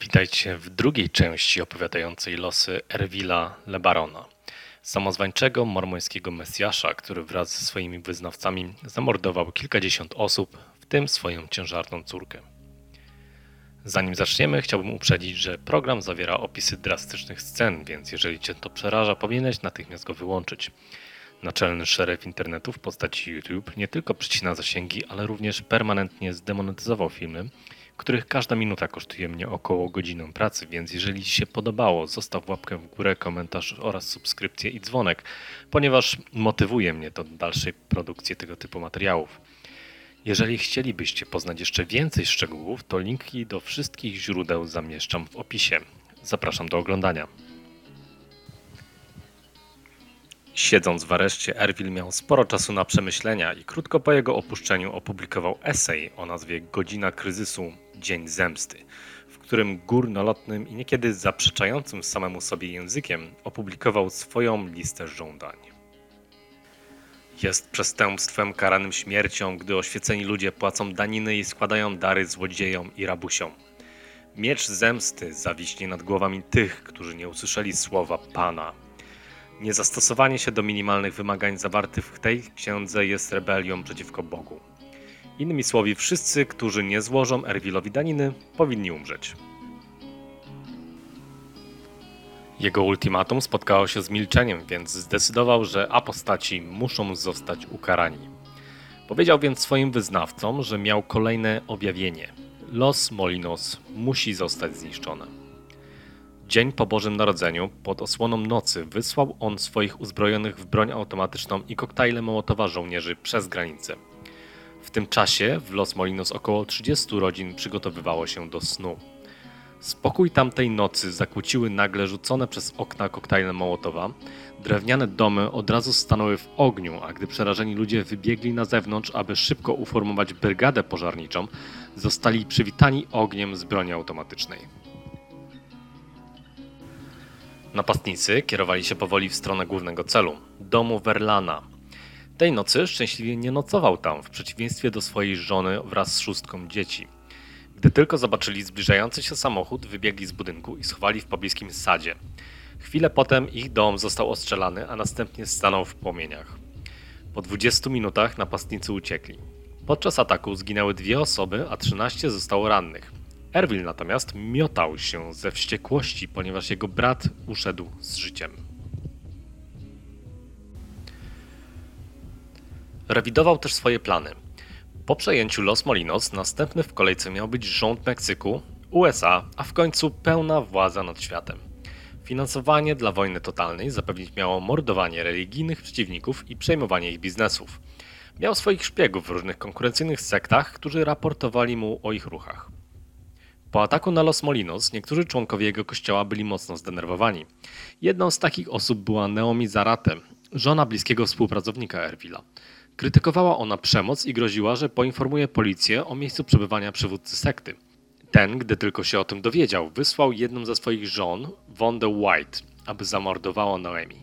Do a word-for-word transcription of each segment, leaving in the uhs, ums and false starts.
Witajcie w drugiej części opowiadającej losy Erwila Le Barona, samozwańczego mormońskiego mesjasza, który wraz ze swoimi wyznawcami zamordował kilkadziesiąt osób, w tym swoją ciężarną córkę. Zanim zaczniemy, chciałbym uprzedzić, że program zawiera opisy drastycznych scen, więc jeżeli Cię to przeraża, powinieneś natychmiast go wyłączyć. Naczelny szeryf internetu w postaci YouTube nie tylko przycina zasięgi, ale również permanentnie zdemonetyzował filmy, których każda minuta kosztuje mnie około godzinę pracy, więc jeżeli Ci się podobało, zostaw łapkę w górę, komentarz oraz subskrypcję i dzwonek, ponieważ motywuje mnie to do dalszej produkcji tego typu materiałów. Jeżeli chcielibyście poznać jeszcze więcej szczegółów, to linki do wszystkich źródeł zamieszczam w opisie. Zapraszam do oglądania. Siedząc w areszcie, Erwil miał sporo czasu na przemyślenia i krótko po jego opuszczeniu opublikował esej o nazwie Godzina kryzysu – Dzień zemsty, w którym górnolotnym i niekiedy zaprzeczającym samemu sobie językiem opublikował swoją listę żądań. Jest przestępstwem karanym śmiercią, gdy oświeceni ludzie płacą daniny i składają dary złodziejom i rabusiom. Miecz zemsty zawiśnie nad głowami tych, którzy nie usłyszeli słowa Pana. Niezastosowanie się do minimalnych wymagań zawartych w tej księdze jest rebelią przeciwko Bogu. Innymi słowy, wszyscy, którzy nie złożą Erwilowi daniny, powinni umrzeć. Jego ultimatum spotkało się z milczeniem, więc zdecydował, że apostaci muszą zostać ukarani. Powiedział więc swoim wyznawcom, że miał kolejne objawienie. Los Molinos musi zostać zniszczony. Dzień po Bożym Narodzeniu, pod osłoną nocy, wysłał on swoich uzbrojonych w broń automatyczną i koktajle Mołotowa żołnierzy przez granicę. W tym czasie w Los Molinos około trzydziestu rodzin przygotowywało się do snu. Spokój tamtej nocy zakłóciły nagle rzucone przez okna koktajle Mołotowa. Drewniane domy od razu stanęły w ogniu, a gdy przerażeni ludzie wybiegli na zewnątrz, aby szybko uformować brygadę pożarniczą, zostali przywitani ogniem z broni automatycznej. Napastnicy kierowali się powoli w stronę głównego celu – domu Verlana. Tej nocy szczęśliwie nie nocował tam, w przeciwieństwie do swojej żony wraz z szóstką dzieci. Gdy tylko zobaczyli zbliżający się samochód, wybiegli z budynku i schowali w pobliskim sadzie. Chwilę potem ich dom został ostrzelany, a następnie stanął w płomieniach. Po dwudziestu minutach napastnicy uciekli. Podczas ataku zginęły dwie osoby, a trzynaście zostało rannych. Erwil natomiast miotał się ze wściekłości, ponieważ jego brat uszedł z życiem. Rewidował też swoje plany. Po przejęciu Los Molinos następny w kolejce miał być rząd Meksyku, U S A, a w końcu pełna władza nad światem. Finansowanie dla wojny totalnej zapewnić miało mordowanie religijnych przeciwników i przejmowanie ich biznesów. Miał swoich szpiegów w różnych konkurencyjnych sektach, którzy raportowali mu o ich ruchach. Po ataku na Los Molinos niektórzy członkowie jego kościoła byli mocno zdenerwowani. Jedną z takich osób była Naomi Zarate, żona bliskiego współpracownika Erwila. Krytykowała ona przemoc i groziła, że poinformuje policję o miejscu przebywania przywódcy sekty. Ten, gdy tylko się o tym dowiedział, wysłał jedną ze swoich żon, Vondę White, aby zamordowała Naomi.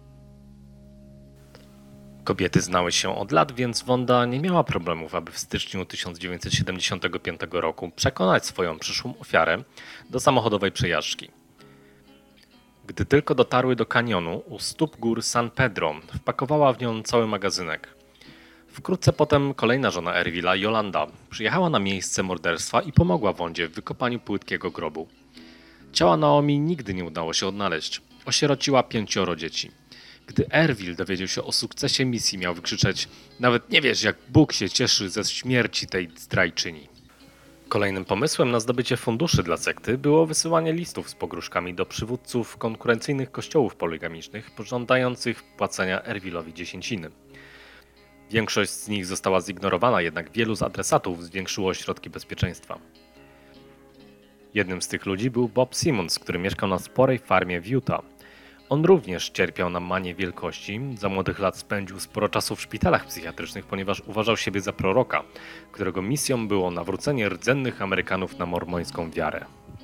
Kobiety znały się od lat, więc Vonda nie miała problemów, aby w styczniu tysiąc dziewięćset siedemdziesiątego piątego roku przekonać swoją przyszłą ofiarę do samochodowej przejażdżki. Gdy tylko dotarły do kanionu u stóp gór San Pedro, wpakowała w nią cały magazynek. Wkrótce potem kolejna żona Erwila, Yolanda, przyjechała na miejsce morderstwa i pomogła Vondzie w wykopaniu płytkiego grobu. Ciała Naomi nigdy nie udało się odnaleźć. Osierociła pięcioro dzieci. Gdy Erwil dowiedział się o sukcesie misji, miał wykrzyczeć: nawet nie wiesz, jak Bóg się cieszy ze śmierci tej zdrajczyni. Kolejnym pomysłem na zdobycie funduszy dla sekty było wysyłanie listów z pogróżkami do przywódców konkurencyjnych kościołów poligamicznych pożądających płacenia Erwilowi dziesięciny. Większość z nich została zignorowana, jednak wielu z adresatów zwiększyło środki bezpieczeństwa. Jednym z tych ludzi był Bob Simmons, który mieszkał na sporej farmie w Utah. On również cierpiał na manię wielkości, za młodych lat spędził sporo czasu w szpitalach psychiatrycznych, ponieważ uważał siebie za proroka, którego misją było nawrócenie rdzennych Amerykanów na mormońską wiarę.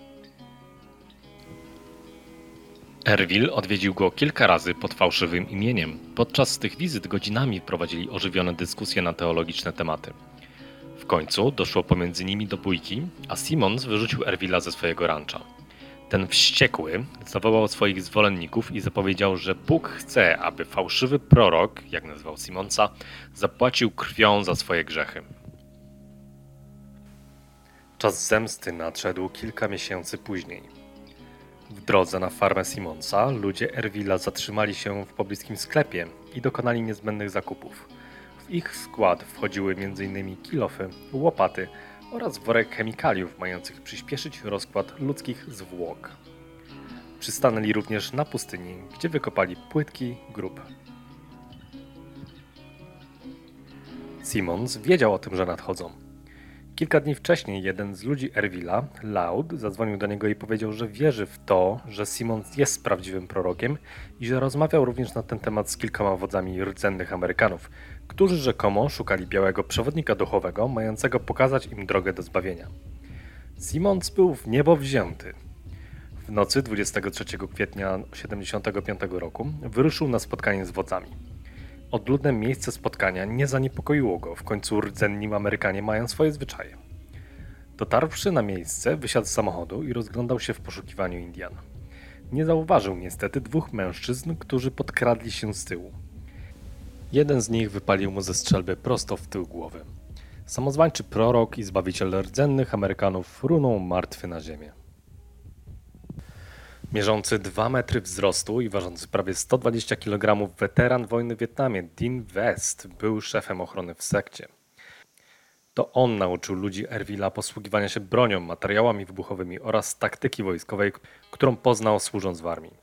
Erwil odwiedził go kilka razy pod fałszywym imieniem. Podczas tych wizyt godzinami prowadzili ożywione dyskusje na teologiczne tematy. W końcu doszło pomiędzy nimi do bójki, a Simmons wyrzucił Ervila ze swojego rancha. Ten wściekły zawołał swoich zwolenników i zapowiedział, że Bóg chce, aby fałszywy prorok, jak nazywał Simmonsa, zapłacił krwią za swoje grzechy. Czas zemsty nadszedł kilka miesięcy później. W drodze na farmę Simmonsa ludzie Ervila zatrzymali się w pobliskim sklepie i dokonali niezbędnych zakupów. W ich skład wchodziły między innymi kilofy, łopaty oraz worek chemikaliów mających przyspieszyć rozkład ludzkich zwłok. Przystanęli również na pustyni, gdzie wykopali płytki grób. Simmons wiedział o tym, że nadchodzą. Kilka dni wcześniej jeden z ludzi Ervila, Loud, zadzwonił do niego i powiedział, że wierzy w to, że Simmons jest prawdziwym prorokiem i że rozmawiał również na ten temat z kilkoma wodzami rdzennych Amerykanów, którzy rzekomo szukali białego przewodnika duchowego, mającego pokazać im drogę do zbawienia. Simmons był w niebo wzięty. W nocy dwudziestego trzeciego kwietnia tysiąc dziewięćset siedemdziesiątego piątego roku wyruszył na spotkanie z wodzami. Odludne miejsce spotkania nie zaniepokoiło go, w końcu rdzenni Amerykanie mają swoje zwyczaje. Dotarłszy na miejsce, wysiadł z samochodu i rozglądał się w poszukiwaniu Indian. Nie zauważył niestety dwóch mężczyzn, którzy podkradli się z tyłu. Jeden z nich wypalił mu ze strzelby prosto w tył głowy. Samozwańczy prorok i zbawiciel rdzennych Amerykanów runął martwy na ziemię. Mierzący dwa metry wzrostu i ważący prawie sto dwadzieścia kilogramów weteran wojny w Wietnamie Dean West był szefem ochrony w sekcie. To on nauczył ludzi Ervila posługiwania się bronią, materiałami wybuchowymi oraz taktyki wojskowej, którą poznał służąc w armii.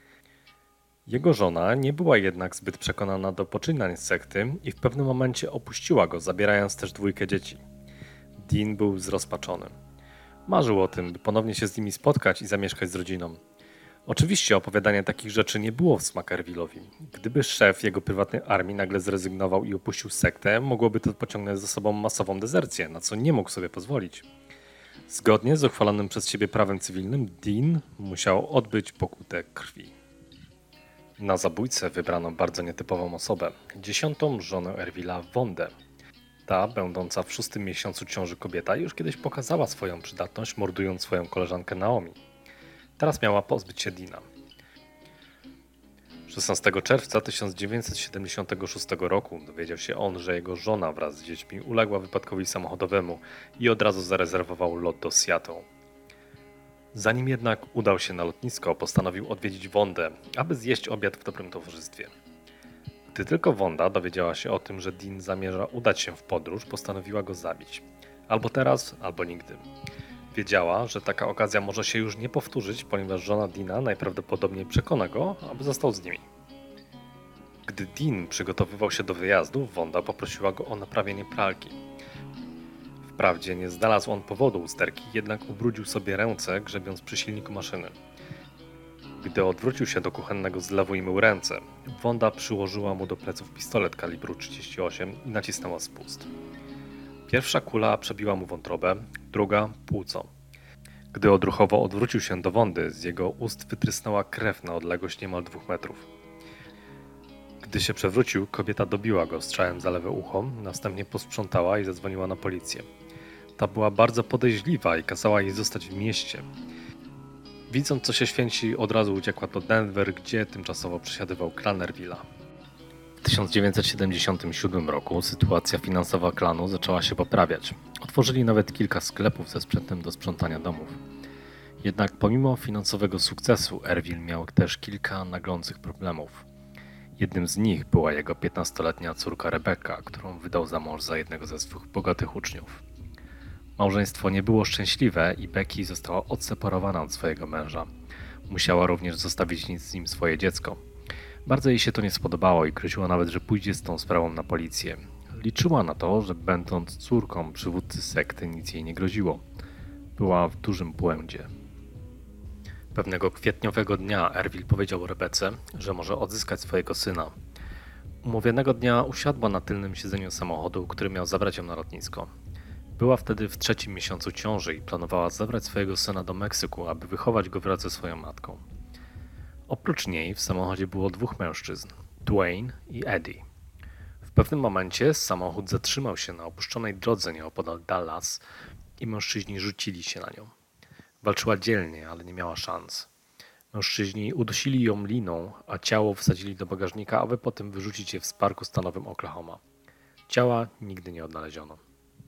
Jego żona nie była jednak zbyt przekonana do poczynań sekty i w pewnym momencie opuściła go, zabierając też dwójkę dzieci. Dean był zrozpaczony. Marzył o tym, by ponownie się z nimi spotkać i zamieszkać z rodziną. Oczywiście opowiadanie takich rzeczy nie było w smak Ervilowi. Gdyby szef jego prywatnej armii nagle zrezygnował i opuścił sektę, mogłoby to pociągnąć za sobą masową dezercję, na co nie mógł sobie pozwolić. Zgodnie z uchwalonym przez siebie prawem cywilnym, Dean musiał odbyć pokutę krwi. Na zabójcę wybrano bardzo nietypową osobę, dziesiątą żonę Ervila, Wondę. Ta, będąca w szóstym miesiącu ciąży kobieta, już kiedyś pokazała swoją przydatność, mordując swoją koleżankę Naomi. Teraz miała pozbyć się Deana. szesnastego czerwca tysiąc dziewięćset siedemdziesiątego szóstego roku dowiedział się on, że jego żona wraz z dziećmi uległa wypadkowi samochodowemu i od razu zarezerwował lot do Seattle. Zanim jednak udał się na lotnisko, postanowił odwiedzić Wondę, aby zjeść obiad w dobrym towarzystwie. Gdy tylko Wonda dowiedziała się o tym, że Dean zamierza udać się w podróż, postanowiła go zabić. Albo teraz, albo nigdy. Wiedziała, że taka okazja może się już nie powtórzyć, ponieważ żona Deana najprawdopodobniej przekona go, aby został z nimi. Gdy Dean przygotowywał się do wyjazdu, Wonda poprosiła go o naprawienie pralki. Wprawdzie nie znalazł on powodu usterki, jednak ubrudził sobie ręce, grzebiąc przy silniku maszyny. Gdy odwrócił się do kuchennego zlewu i mył ręce, Wonda przyłożyła mu do pleców pistolet kalibru trzydzieści osiem i nacisnęła spust. Pierwsza kula przebiła mu wątrobę, druga płuco. Gdy odruchowo odwrócił się do Wondy, z jego ust wytrysnęła krew na odległość niemal dwóch metrów. Gdy się przewrócił, kobieta dobiła go strzałem za lewe ucho, następnie posprzątała i zadzwoniła na policję. Ta była bardzo podejrzliwa i kazała jej zostać w mieście. Widząc, co się święci, od razu uciekła do Denver, gdzie tymczasowo przesiadywał klan Ervila. W tysiąc dziewięćset siedemdziesiątym siódmym roku sytuacja finansowa klanu zaczęła się poprawiać. Otworzyli nawet kilka sklepów ze sprzętem do sprzątania domów. Jednak pomimo finansowego sukcesu Ervil miał też kilka naglących problemów. Jednym z nich była jego piętnastoletnia córka Rebecca, którą wydał za mąż za jednego ze swych bogatych uczniów. Małżeństwo nie było szczęśliwe i Becky została odseparowana od swojego męża. Musiała również zostawić z nim swoje dziecko. Bardzo jej się to nie spodobało i groziła nawet, że pójdzie z tą sprawą na policję. Liczyła na to, że będąc córką przywódcy sekty nic jej nie groziło. Była w dużym błędzie. Pewnego kwietniowego dnia Ervil powiedział Rebece, że może odzyskać swojego syna. Umówionego dnia usiadła na tylnym siedzeniu samochodu, który miał zabrać ją na lotnisko. Była wtedy w trzecim miesiącu ciąży i planowała zabrać swojego syna do Meksyku, aby wychować go wraz ze swoją matką. Oprócz niej w samochodzie było dwóch mężczyzn, Dwayne i Eddie. W pewnym momencie samochód zatrzymał się na opuszczonej drodze nieopodal Dallas i mężczyźni rzucili się na nią. Walczyła dzielnie, ale nie miała szans. Mężczyźni udusili ją liną, a ciało wsadzili do bagażnika, aby potem wyrzucić je w parku stanowym Oklahoma. Ciała nigdy nie odnaleziono.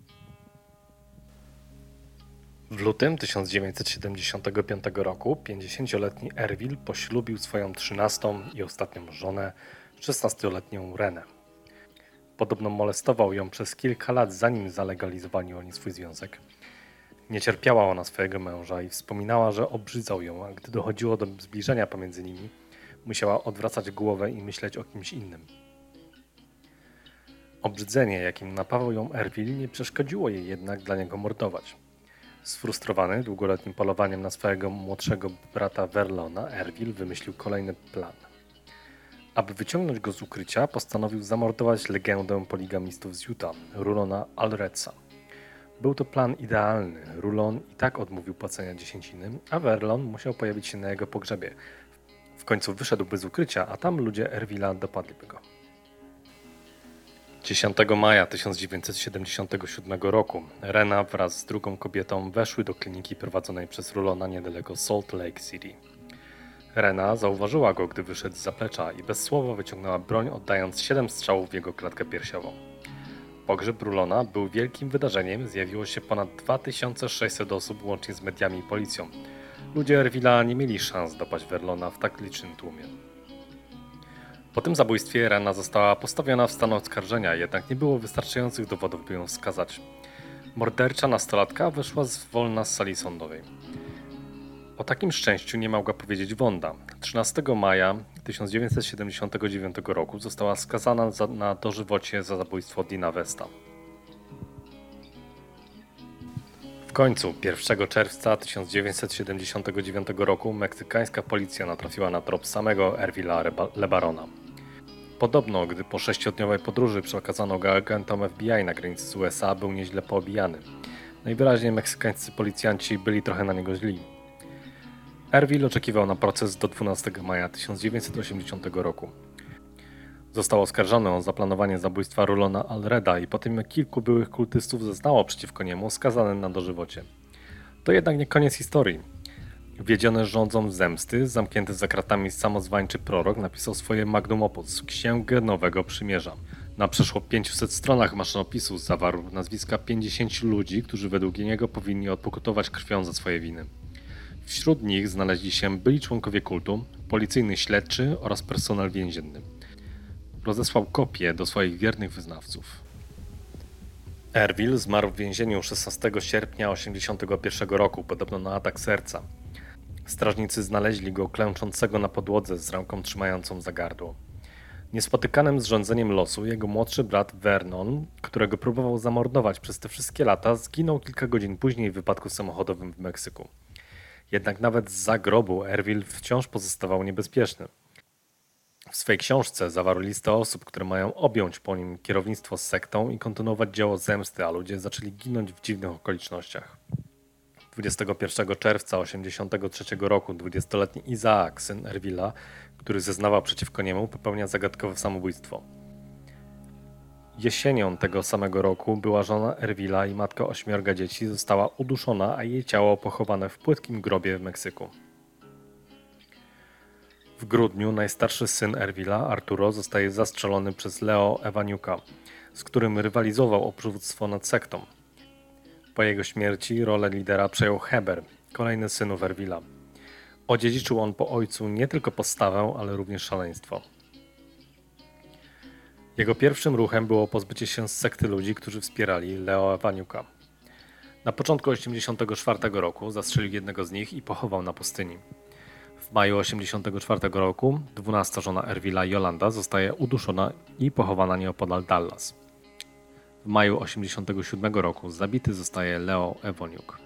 W lutym tysiąc dziewięćset siedemdziesiątego piątego roku pięćdziesięcioletni Ervil poślubił swoją trzynastą i ostatnią żonę, szesnastoletnią Renę. Podobno molestował ją przez kilka lat, zanim zalegalizowali oni swój związek. Nie cierpiała ona swojego męża i wspominała, że obrzydzał ją, a gdy dochodziło do zbliżenia pomiędzy nimi, musiała odwracać głowę i myśleć o kimś innym. Obrzydzenie, jakim napawał ją Ervil, nie przeszkodziło jej jednak dla niego mordować. Sfrustrowany długoletnim polowaniem na swojego młodszego brata Verlona, Ervil wymyślił kolejny plan. Aby wyciągnąć go z ukrycia, postanowił zamordować legendę poligamistów z Utah, Rulona Allredsa. Był to plan idealny. Rulon i tak odmówił płacenia dziesięciny, a Verlon musiał pojawić się na jego pogrzebie. W końcu wyszedłby z ukrycia, a tam ludzie Ervila dopadliby go. dziesiątego maja tysiąc dziewięćset siedemdziesiątego siódmego roku Rena wraz z drugą kobietą weszły do kliniki prowadzonej przez Rulona niedaleko Salt Lake City. Rena zauważyła go, gdy wyszedł z zaplecza i bez słowa wyciągnęła broń, oddając siedem strzałów w jego klatkę piersiową. Pogrzeb Rulona był wielkim wydarzeniem, zjawiło się ponad dwa tysiące sześćset osób łącznie z mediami i policją. Ludzie Ervila nie mieli szans dopaść Verlona w tak licznym tłumie. Po tym zabójstwie Rena została postawiona w stan oskarżenia, jednak nie było wystarczających dowodów, by ją wskazać. Mordercza nastolatka wyszła wolna z sali sądowej. O takim szczęściu nie mogła powiedzieć Wanda. trzynastego maja tysiąc dziewięćset siedemdziesiątego dziewiątego roku została skazana za, na dożywocie za zabójstwo Deana Westa. W końcu pierwszego czerwca tysiąc dziewięćset siedemdziesiątego dziewiątego roku meksykańska policja natrafiła na trop samego Ervila LeBarona. Podobno, gdy po sześciodniowej podróży przekazano go agentom F B I na granicy z U S A, był nieźle poobijany. Najwyraźniej meksykańscy policjanci byli trochę na niego źli. Ervil oczekiwał na proces do dwunastego maja tysiąc dziewięćset osiemdziesiątego roku. Został oskarżony o zaplanowanie zabójstwa Rulona Allreda i po tym jak kilku byłych kultystów zeznało przeciwko niemu, skazany na dożywocie. To jednak nie koniec historii. Wiedziony rządzą zemsty, zamknięty za kratami samozwańczy prorok napisał swoje magnum opus, Księgę Nowego Przymierza. Na przeszło pięciuset stronach maszynopisu zawarł nazwiska pięćdziesięciu ludzi, którzy według niego powinni odpokutować krwią za swoje winy. Wśród nich znaleźli się byli członkowie kultu, policyjny śledczy oraz personel więzienny. Rozesłał kopie do swoich wiernych wyznawców. Ervil zmarł w więzieniu szesnastego sierpnia tysiąc dziewięćset osiemdziesiątego pierwszego roku, podobno na atak serca. Strażnicy znaleźli go klęczącego na podłodze z ręką trzymającą za gardło. Niespotykanym zrządzeniem losu jego młodszy brat Vernon, którego próbował zamordować przez te wszystkie lata, zginął kilka godzin później w wypadku samochodowym w Meksyku. Jednak nawet zza grobu Ervil wciąż pozostawał niebezpieczny. W swej książce zawarł listę osób, które mają objąć po nim kierownictwo z sektą i kontynuować dzieło zemsty, a ludzie zaczęli ginąć w dziwnych okolicznościach. dwudziestego pierwszego czerwca tysiąc dziewięćset osiemdziesiątego trzeciego roku dwudziestoletni Isaac, syn Ervila, który zeznawał przeciwko niemu, popełnia zagadkowe samobójstwo. Jesienią tego samego roku była żona Ervila i matka ośmiorga dzieci została uduszona, a jej ciało pochowane w płytkim grobie w Meksyku. W grudniu najstarszy syn Ervila, Arturo, zostaje zastrzelony przez Leo Ewaniuka, z którym rywalizował o przywództwo nad sektą. Po jego śmierci rolę lidera przejął Heber, kolejny synów Ervila. Odziedziczył on po ojcu nie tylko postawę, ale również szaleństwo. Jego pierwszym ruchem było pozbycie się z sekty ludzi, którzy wspierali Leo Ewaniuka. Na początku tysiąc dziewięćset osiemdziesiątego czwartego roku zastrzelił jednego z nich i pochował na pustyni. W maju tysiąc dziewięćset osiemdziesiątego czwartego roku dwunasta żona Ervila, Yolanda, zostaje uduszona i pochowana nieopodal Dallas. W maju tysiąc dziewięćset osiemdziesiątego siódmego roku zabity zostaje Leo Ewaniuk.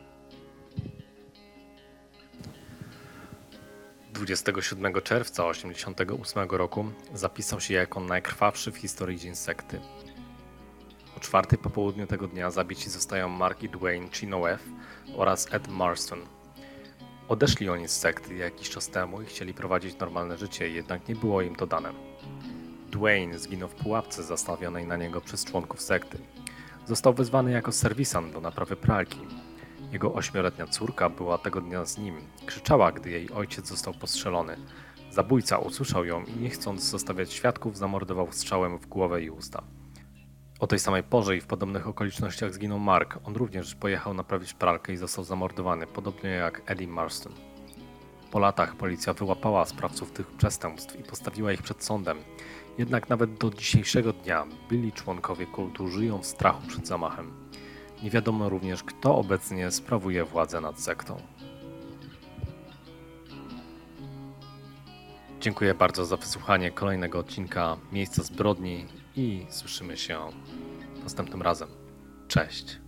dwudziestego siódmego czerwca tysiąc dziewięćset osiemdziesiątego ósmego roku zapisał się jako najkrwawszy w historii dzień sekty. O czwartej po południu tego dnia zabici zostają Mark i Dwayne Chenoweth oraz Ed Marston. Odeszli oni z sekty jakiś czas temu i chcieli prowadzić normalne życie, jednak nie było im to dane. Dwayne zginął w pułapce zastawionej na niego przez członków sekty. Został wezwany jako serwisant do naprawy pralki. Jego ośmioletnia córka była tego dnia z nim. Krzyczała, gdy jej ojciec został postrzelony. Zabójca usłyszał ją i nie chcąc zostawiać świadków, zamordował strzałem w głowę i usta. O tej samej porze i w podobnych okolicznościach zginął Mark. On również pojechał naprawić pralkę i został zamordowany, podobnie jak Eddie Marston. Po latach policja wyłapała sprawców tych przestępstw i postawiła ich przed sądem. Jednak nawet do dzisiejszego dnia byli członkowie kultu żyją w strachu przed zamachem. Nie wiadomo również, kto obecnie sprawuje władzę nad sektą. Dziękuję bardzo za wysłuchanie kolejnego odcinka Miejsca Zbrodni i słyszymy się następnym razem. Cześć!